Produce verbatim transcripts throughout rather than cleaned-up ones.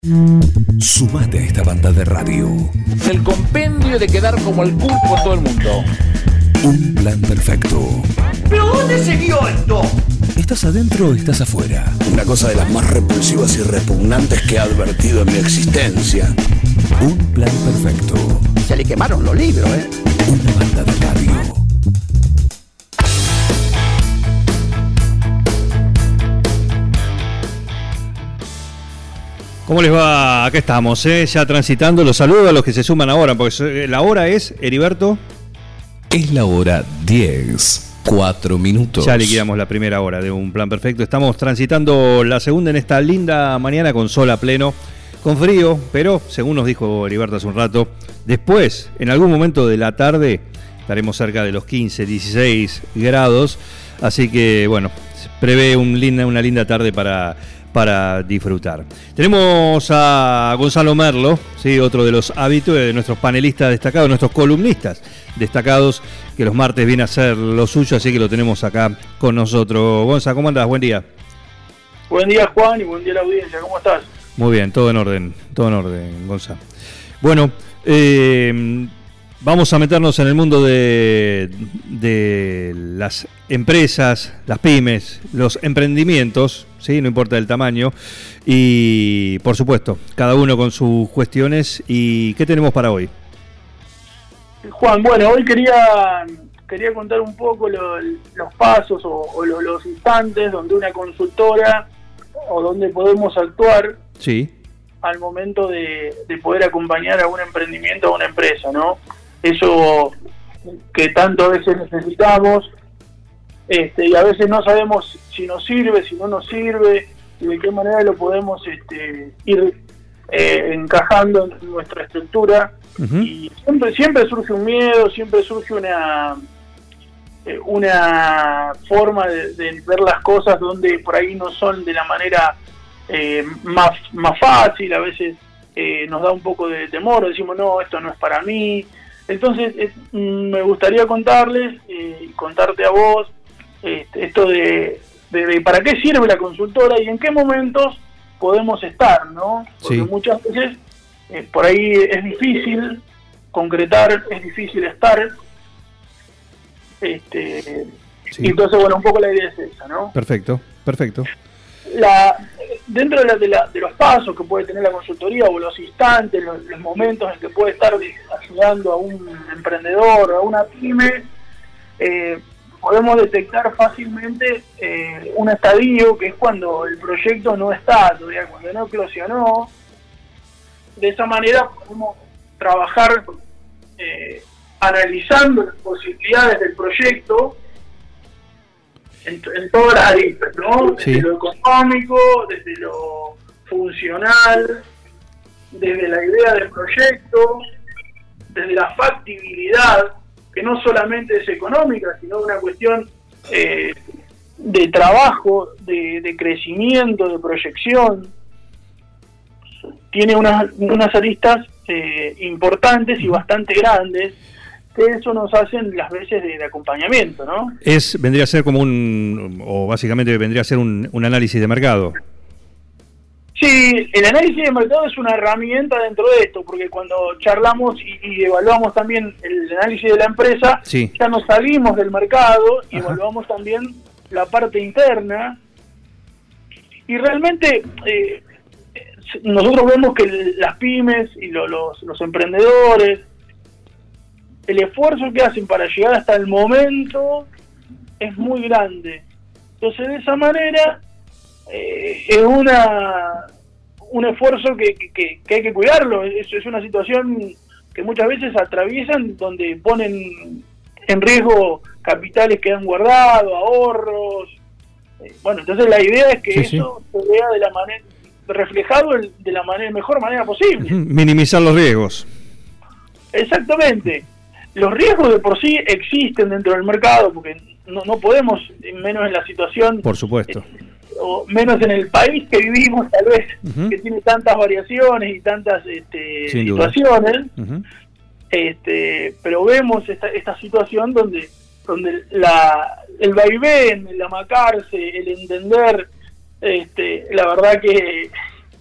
Sumate a esta banda de radio. El compendio de quedar como el culo por todo el mundo. Un plan perfecto. ¿Pero dónde se vio esto? ¿Estás adentro o estás afuera? Una cosa de las más repulsivas y repugnantes que he advertido en mi existencia. Un plan perfecto. Se le quemaron los libros, ¿eh? Una banda de radio. ¿Cómo les va? Acá estamos, ¿eh? Ya transitando. Los saludo a los que se suman ahora, porque la hora es, Heriberto. Es la hora diez, cuatro minutos. Ya liquidamos la primera hora de Un Plan Perfecto. Estamos transitando la segunda en esta linda mañana con sol a pleno, con frío, pero según nos dijo Heriberto hace un rato, después, en algún momento de la tarde, estaremos cerca de los quince, dieciséis grados. Así que, bueno, prevé un linda, una linda tarde para... para disfrutar. Tenemos a Gonzalo Merlo, ¿sí? Otro de los habituales de nuestros panelistas destacados, nuestros columnistas destacados, que los martes viene a hacer lo suyo, así que lo tenemos acá con nosotros. Gonzalo, ¿cómo andás? Buen día. Buen día, Juan, y buen día a la audiencia. ¿Cómo estás? Muy bien, todo en orden, todo en orden, Gonzalo. Bueno, eh, vamos a meternos en el mundo de, de las empresas, las pymes, los emprendimientos, ¿sí? No importa el tamaño, y por supuesto, cada uno con sus cuestiones. ¿Y qué tenemos para hoy? Juan, bueno, hoy quería quería contar un poco lo, los pasos o, o lo, los instantes donde una consultora o donde podemos actuar, sí, al momento de, de poder acompañar a un emprendimiento o a una empresa, ¿no? Eso que tanto a veces necesitamos, este, y a veces no sabemos si nos sirve, si no nos sirve, y de qué manera lo podemos este, ir eh, encajando en nuestra estructura. Uh-huh. Y siempre siempre surge un miedo, siempre surge una eh, una forma de, de ver las cosas donde por ahí no son de la manera eh, más, más fácil. A veces eh, nos da un poco de temor, decimos no, esto no es para mí. Entonces eh, me gustaría contarles y eh, contarte a vos este, esto de, de, de para qué sirve la consultora y en qué momentos podemos estar, ¿no? Porque sí, muchas veces eh, por ahí es difícil concretar, es difícil estar. Este, sí. Y entonces, bueno, un poco la idea es esa, ¿no? Perfecto, perfecto. La, dentro de, la, de, la, de los pasos que puede tener la consultoría o los instantes, los, los momentos en que puede estar ayudando a un emprendedor o a una pyme, eh, podemos detectar fácilmente eh, un estadio que es cuando el proyecto no está todavía, cuando no eclosionó. De esa manera podemos trabajar eh, analizando las posibilidades del proyecto en, en todas las aristas, ¿no? Desde sí, lo económico, desde lo funcional, desde la idea del proyecto, desde la factibilidad, que no solamente es económica, sino una cuestión eh, de trabajo, de, de crecimiento, de proyección. Tiene unas, unas aristas eh, importantes y bastante grandes, que eso nos hacen las veces de, de acompañamiento, ¿no? Es, vendría a ser como un, o básicamente vendría a ser un, un análisis de mercado. Sí, el análisis de mercado es una herramienta dentro de esto, porque cuando charlamos y, y evaluamos también el análisis de la empresa, sí, ya nos salimos del mercado y evaluamos también la parte interna, y realmente eh, nosotros vemos que las pymes y lo, los, los emprendedores, el esfuerzo que hacen para llegar hasta el momento es muy grande. Entonces, de esa manera, eh, es una un esfuerzo que, que, que hay que cuidarlo. Es, es una situación que muchas veces atraviesan, donde ponen en riesgo capitales que han guardado, ahorros. Eh, bueno, entonces la idea es que sí, eso sí, se vea de la manera reflejado de la manera, mejor manera posible. Minimizar los riesgos. Exactamente. Los riesgos de por sí existen dentro del mercado, porque no, no podemos, menos en la situación, por supuesto, eh, o menos en el país que vivimos, tal vez, uh-huh, que tiene tantas variaciones y tantas este, situaciones, uh-huh, este, pero vemos esta, esta situación donde, donde la, el vaivén, el amacarse, el entender, este, la verdad que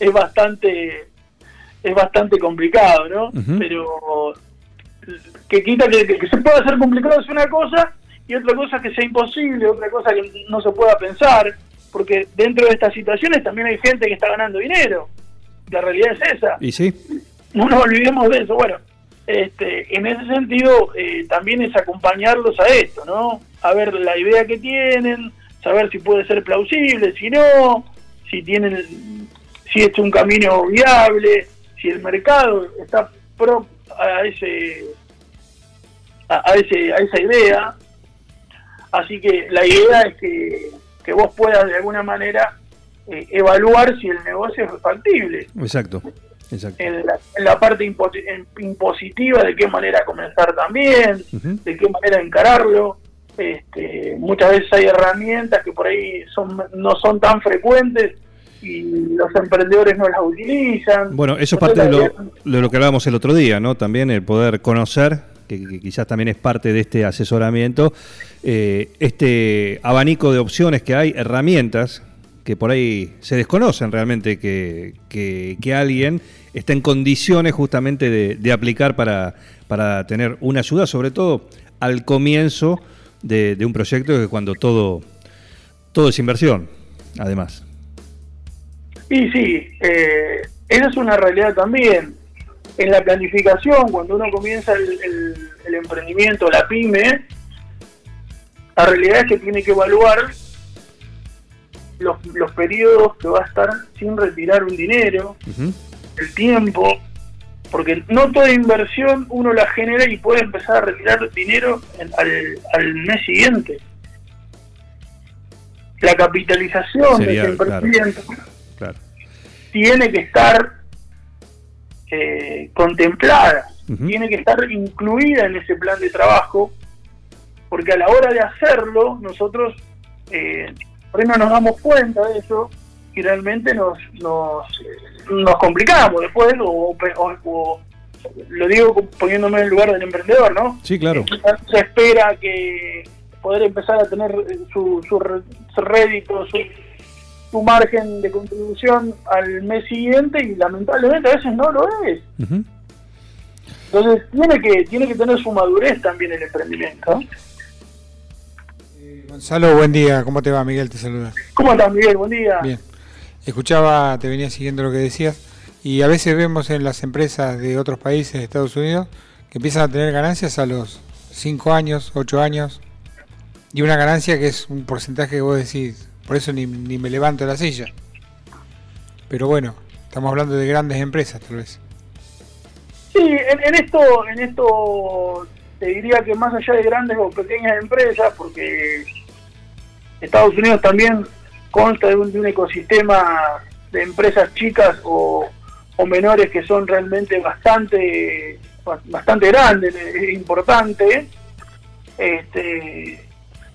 es bastante es bastante complicado, ¿no? Uh-huh. Pero que quita que, que, que se pueda hacer complicado es una cosa, y otra cosa que sea imposible, otra cosa que no se pueda pensar, porque dentro de estas situaciones también hay gente que está ganando dinero. La realidad es esa. ¿Y sí? No nos olvidemos de eso. Bueno, este, en ese sentido eh, también es acompañarlos a esto, ¿no? A ver la idea que tienen, saber si puede ser plausible, si no, si tienen, si es un camino viable, si el mercado está pro a ese a, a ese a esa idea. Así que la idea es que, que vos puedas de alguna manera eh, evaluar si el negocio es factible. Exacto. Exacto. En la, en la parte impo en, impositiva, de qué manera comenzar también, uh-huh. de qué manera encararlo. Este, muchas veces hay herramientas que por ahí son no son tan frecuentes y los emprendedores no las utilizan. Bueno, eso es parte de lo, de lo que hablábamos el otro día, ¿no? También el poder conocer, que, que quizás también es parte de este asesoramiento, eh, este abanico de opciones que hay, herramientas que por ahí se desconocen realmente que, que, que alguien está en condiciones justamente de, de aplicar para, para tener una ayuda, sobre todo al comienzo de, de un proyecto, que cuando todo, todo es inversión, además. Y sí, eh, esa es una realidad también. En la planificación, cuando uno comienza el, el, el emprendimiento, la pyme, la realidad es que tiene que evaluar Los, los periodos que va a estar sin retirar un dinero, uh-huh. el tiempo, porque no toda inversión uno la genera y puede empezar a retirar dinero en, al, al mes siguiente. La capitalización de ese emprendimiento claro, claro. tiene que estar eh, contemplada, uh-huh. tiene que estar incluida en ese plan de trabajo, porque a la hora de hacerlo nosotros eh, por ahí no nos damos cuenta de eso y realmente nos nos, nos complicamos después, o, o, o lo digo poniéndome en el lugar del emprendedor, ¿no? Sí, claro. Se espera que poder empezar a tener su, su, su rédito, su, su margen de contribución al mes siguiente, y lamentablemente a veces no lo es. Uh-huh. Entonces tiene que tiene que tener su madurez también el emprendimiento, ¿no? Gonzalo, buen día. ¿Cómo te va? Miguel te saluda. ¿Cómo estás, Miguel? Buen día. Bien. Escuchaba, te venía siguiendo lo que decías, y a veces vemos en las empresas de otros países, de Estados Unidos, que empiezan a tener ganancias a los cinco años, ocho años, y una ganancia que es un porcentaje que vos decís, por eso ni, ni me levanto de la silla. Pero bueno, estamos hablando de grandes empresas, tal vez. Sí, en, en esto, en esto te diría que más allá de grandes o pequeñas empresas, porque Estados Unidos también consta de un, de un ecosistema de empresas chicas o, o menores que son realmente bastante bastante grandes, es importante, este,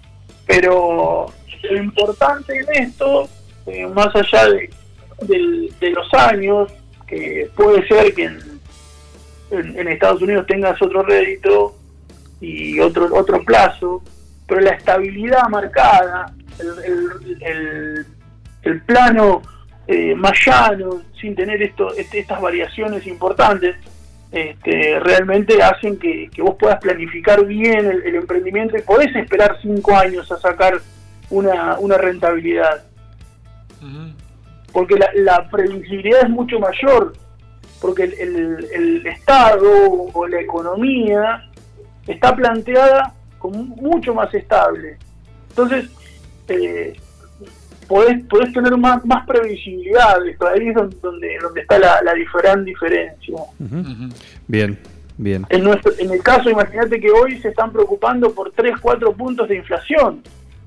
pero lo importante en esto, eh, más allá de, de, de los años, que puede ser que en, en, en Estados Unidos tengas otro rédito y otro otro plazo, pero la estabilidad marcada, el, el, el, el plano eh, más llano, sin tener esto, este, estas variaciones importantes, este, realmente hacen que, que vos puedas planificar bien el, el emprendimiento y podés esperar cinco años a sacar una, una rentabilidad. Uh-huh. Porque la, la previsibilidad es mucho mayor, porque el, el, el Estado o la economía está planteada como mucho más estable. Entonces, eh, podés, podés tener más, más previsibilidad. Ahí es donde, donde está la, la gran diferencia. Uh-huh. Bien, bien. En, nuestro, en el caso, imagínate que hoy se están preocupando por tres, cuatro puntos de inflación.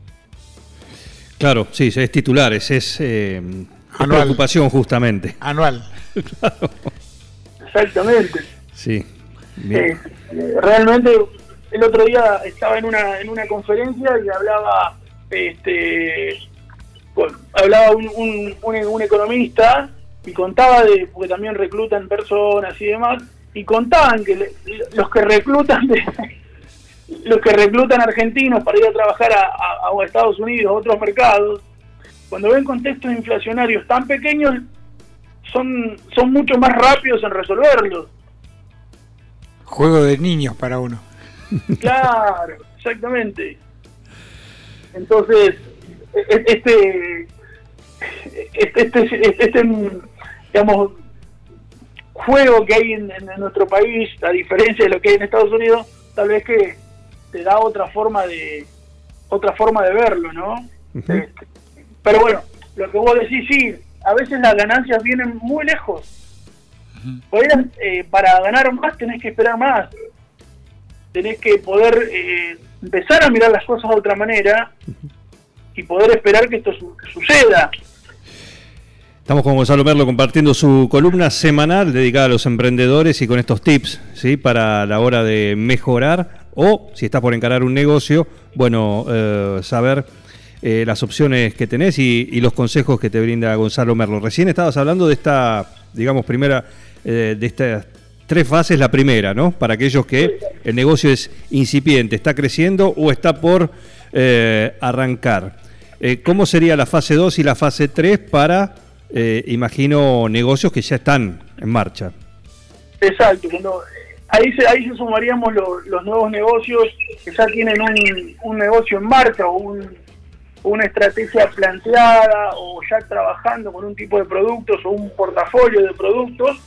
Claro, sí, es titulares, es eh, preocupación justamente. Anual. Claro. Exactamente. Sí. Eh, realmente el otro día estaba en una en una conferencia y hablaba este bueno, hablaba un, un, un, un economista y contaba de, porque también reclutan personas y demás, y contaban que le, los que reclutan de, los que reclutan argentinos para ir a trabajar a, a, a Estados Unidos, a otros mercados, cuando ven contextos inflacionarios tan pequeños, son, son mucho más rápidos en resolverlos. Juego de niños para uno. Claro, exactamente. Entonces, este, este, este, este digamos, juego que hay en, en nuestro país, a diferencia de lo que hay en Estados Unidos, tal vez que te da otra forma de otra forma de verlo, ¿no? Uh-huh. Este, pero bueno, lo que vos decís, sí, a veces las ganancias vienen muy lejos. Uh-huh. Podés, eh, para ganar más tenés que esperar más. Tenés que poder eh, empezar a mirar las cosas de otra manera y poder esperar que esto su- que suceda. Estamos con Gonzalo Merlo compartiendo su columna semanal dedicada a los emprendedores y con estos tips, ¿sí? Para la hora de mejorar o, si estás por encarar un negocio, bueno, eh, saber eh, las opciones que tenés y, y los consejos que te brinda Gonzalo Merlo. Recién estabas hablando de esta, digamos, primera, eh, de estas tres fases, la primera, ¿no? Para aquellos que el negocio es incipiente, está creciendo o está por eh, arrancar. Eh, ¿Cómo sería la fase dos y la fase tres para... Eh, imagino negocios que ya están en marcha? Exacto, cuando, ahí se ahí se sumaríamos lo, los nuevos negocios que ya tienen un, un negocio en marcha o un, una estrategia planteada o ya trabajando con un tipo de productos o un portafolio de productos.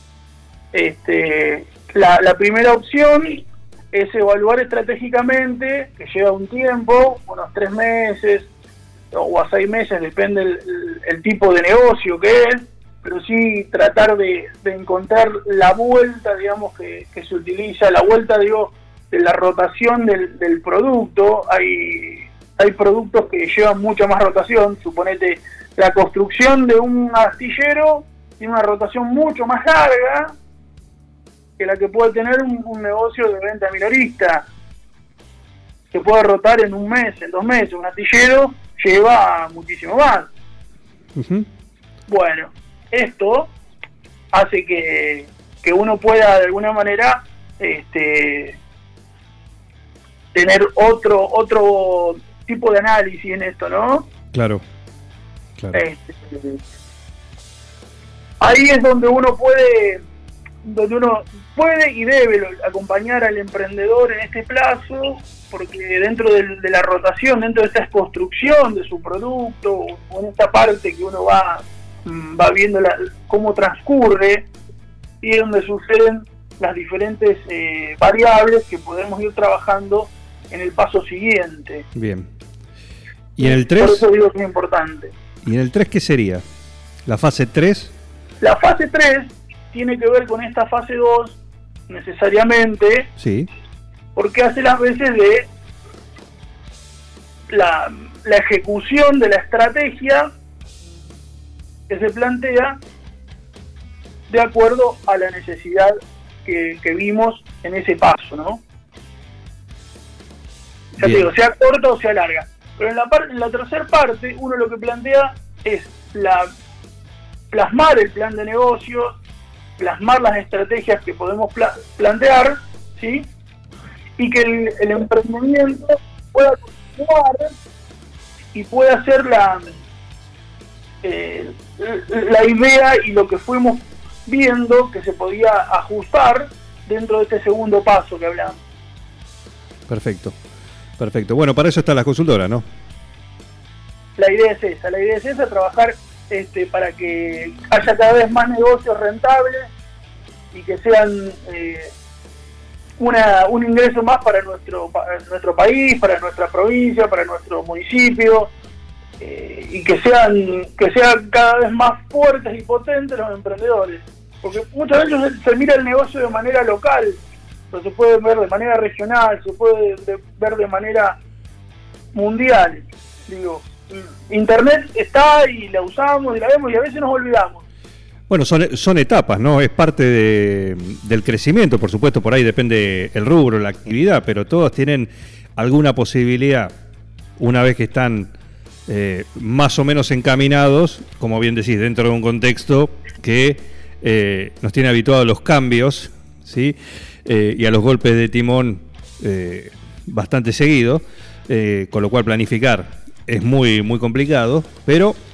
Este, la, la primera opción es evaluar estratégicamente, que lleva un tiempo, unos tres meses o a seis meses, depende el, el, el tipo de negocio que es, pero sí tratar de, de encontrar la vuelta, digamos, que, que se utiliza, la vuelta, digo, de la rotación del, del producto. Hay, hay productos que llevan mucha más rotación, suponete, la construcción de un astillero tiene una rotación mucho más larga que la que puede tener un, un negocio de venta minorista, que puede rotar en un mes, en dos meses. Un astillero lleva muchísimo más. Uh-huh. Bueno, esto hace que, que uno pueda de alguna manera este, tener otro otro tipo de análisis en esto, ¿no? Claro, claro. Este, ahí es donde uno puede donde uno puede y debe acompañar al emprendedor en este plazo, porque dentro de, de la rotación, dentro de esta construcción de su producto, o en esta parte que uno va, va viendo la, cómo transcurre, y es donde suceden las diferentes eh, variables que podemos ir trabajando en el paso siguiente. Bien. ¿Y en el tres? Por eso digo que es importante. ¿Y en el tres qué sería? ¿La fase tres? La fase tres tiene que ver con esta fase dos necesariamente. Sí. Porque hace las veces de la, la ejecución de la estrategia que se plantea de acuerdo a la necesidad que, que vimos en ese paso, ¿no? Ya te digo, sea corta o sea larga. Pero en la, par- en la tercera parte, uno lo que plantea es la, plasmar el plan de negocios, plasmar las estrategias que podemos pla- plantear, ¿sí? Y que el, el emprendimiento pueda continuar y pueda ser la, eh, la idea y lo que fuimos viendo que se podía ajustar dentro de este segundo paso que hablamos. Perfecto, perfecto. Bueno, para eso está la consultora, ¿no? La idea es esa, la idea es esa, trabajar este, para que haya cada vez más negocios rentables y que sean... Eh, Una, un ingreso más para nuestro para nuestro país, para nuestra provincia, para nuestro municipio, eh, y que sean que sean cada vez más fuertes y potentes los emprendedores, porque muchas veces se, se mira el negocio de manera local, pero se puede ver de manera regional, se puede de, ver de manera mundial. Digo, internet está y la usamos y la vemos y a veces nos olvidamos. Bueno, son, son etapas, ¿no? Es parte de, del crecimiento, por supuesto, por ahí depende el rubro, la actividad, pero todos tienen alguna posibilidad, una vez que están eh, más o menos encaminados, como bien decís, dentro de un contexto que eh, nos tiene habituados a los cambios, ¿sí? Eh, y a los golpes de timón eh, bastante seguidos, eh, con lo cual planificar es muy, muy complicado, pero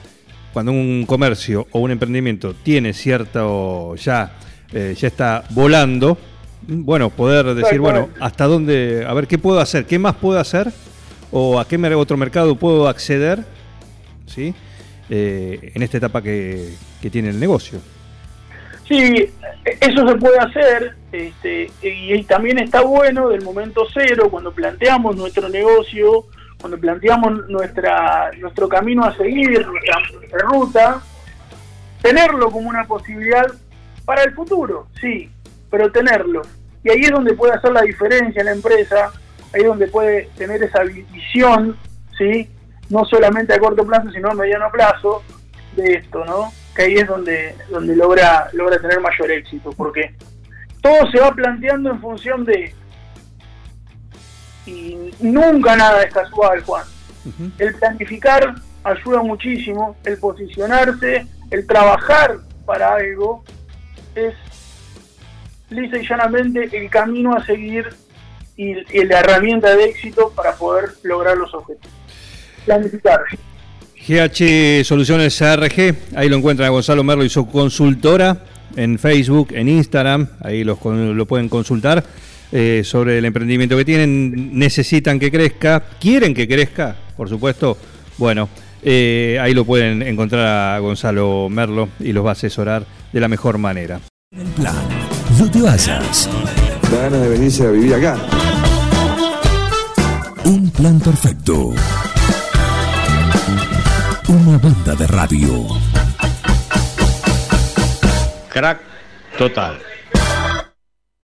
cuando un comercio o un emprendimiento tiene cierto, ya, eh, ya está volando, bueno, poder decir, bueno, hasta dónde, a ver, ¿qué puedo hacer? ¿Qué más puedo hacer? ¿O a qué otro mercado puedo acceder? ¿Sí? Eh, en esta etapa que, que tiene el negocio. Sí, eso se puede hacer, este, y, y también está bueno del momento cero, cuando planteamos nuestro negocio, cuando planteamos nuestra nuestro camino a seguir, nuestra, nuestra ruta, tenerlo como una posibilidad para el futuro, sí, pero tenerlo. Y ahí es donde puede hacer la diferencia en la empresa, ahí es donde puede tener esa visión, ¿sí? No solamente a corto plazo, sino a mediano plazo de esto, ¿no? Que ahí es donde donde logra logra tener mayor éxito, porque todo se va planteando en función de, y nunca nada es casual, Juan. Uh-huh. El planificar ayuda muchísimo, el posicionarse, el trabajar para algo es lisa y llanamente el camino a seguir y, y la herramienta de éxito para poder lograr los objetivos. Planificar. G H Soluciones A R G, ahí lo encuentran a Gonzalo Merlo y su consultora en Facebook, en Instagram, ahí los, lo pueden consultar eh, sobre el emprendimiento que tienen, necesitan que crezca, quieren que crezca, por supuesto, bueno, eh, ahí lo pueden encontrar a Gonzalo Merlo y los va a asesorar de la mejor manera. El plan, no te vayas. Da ganas de venirse a vivir acá. Un plan perfecto. Una banda de radio. Crack total.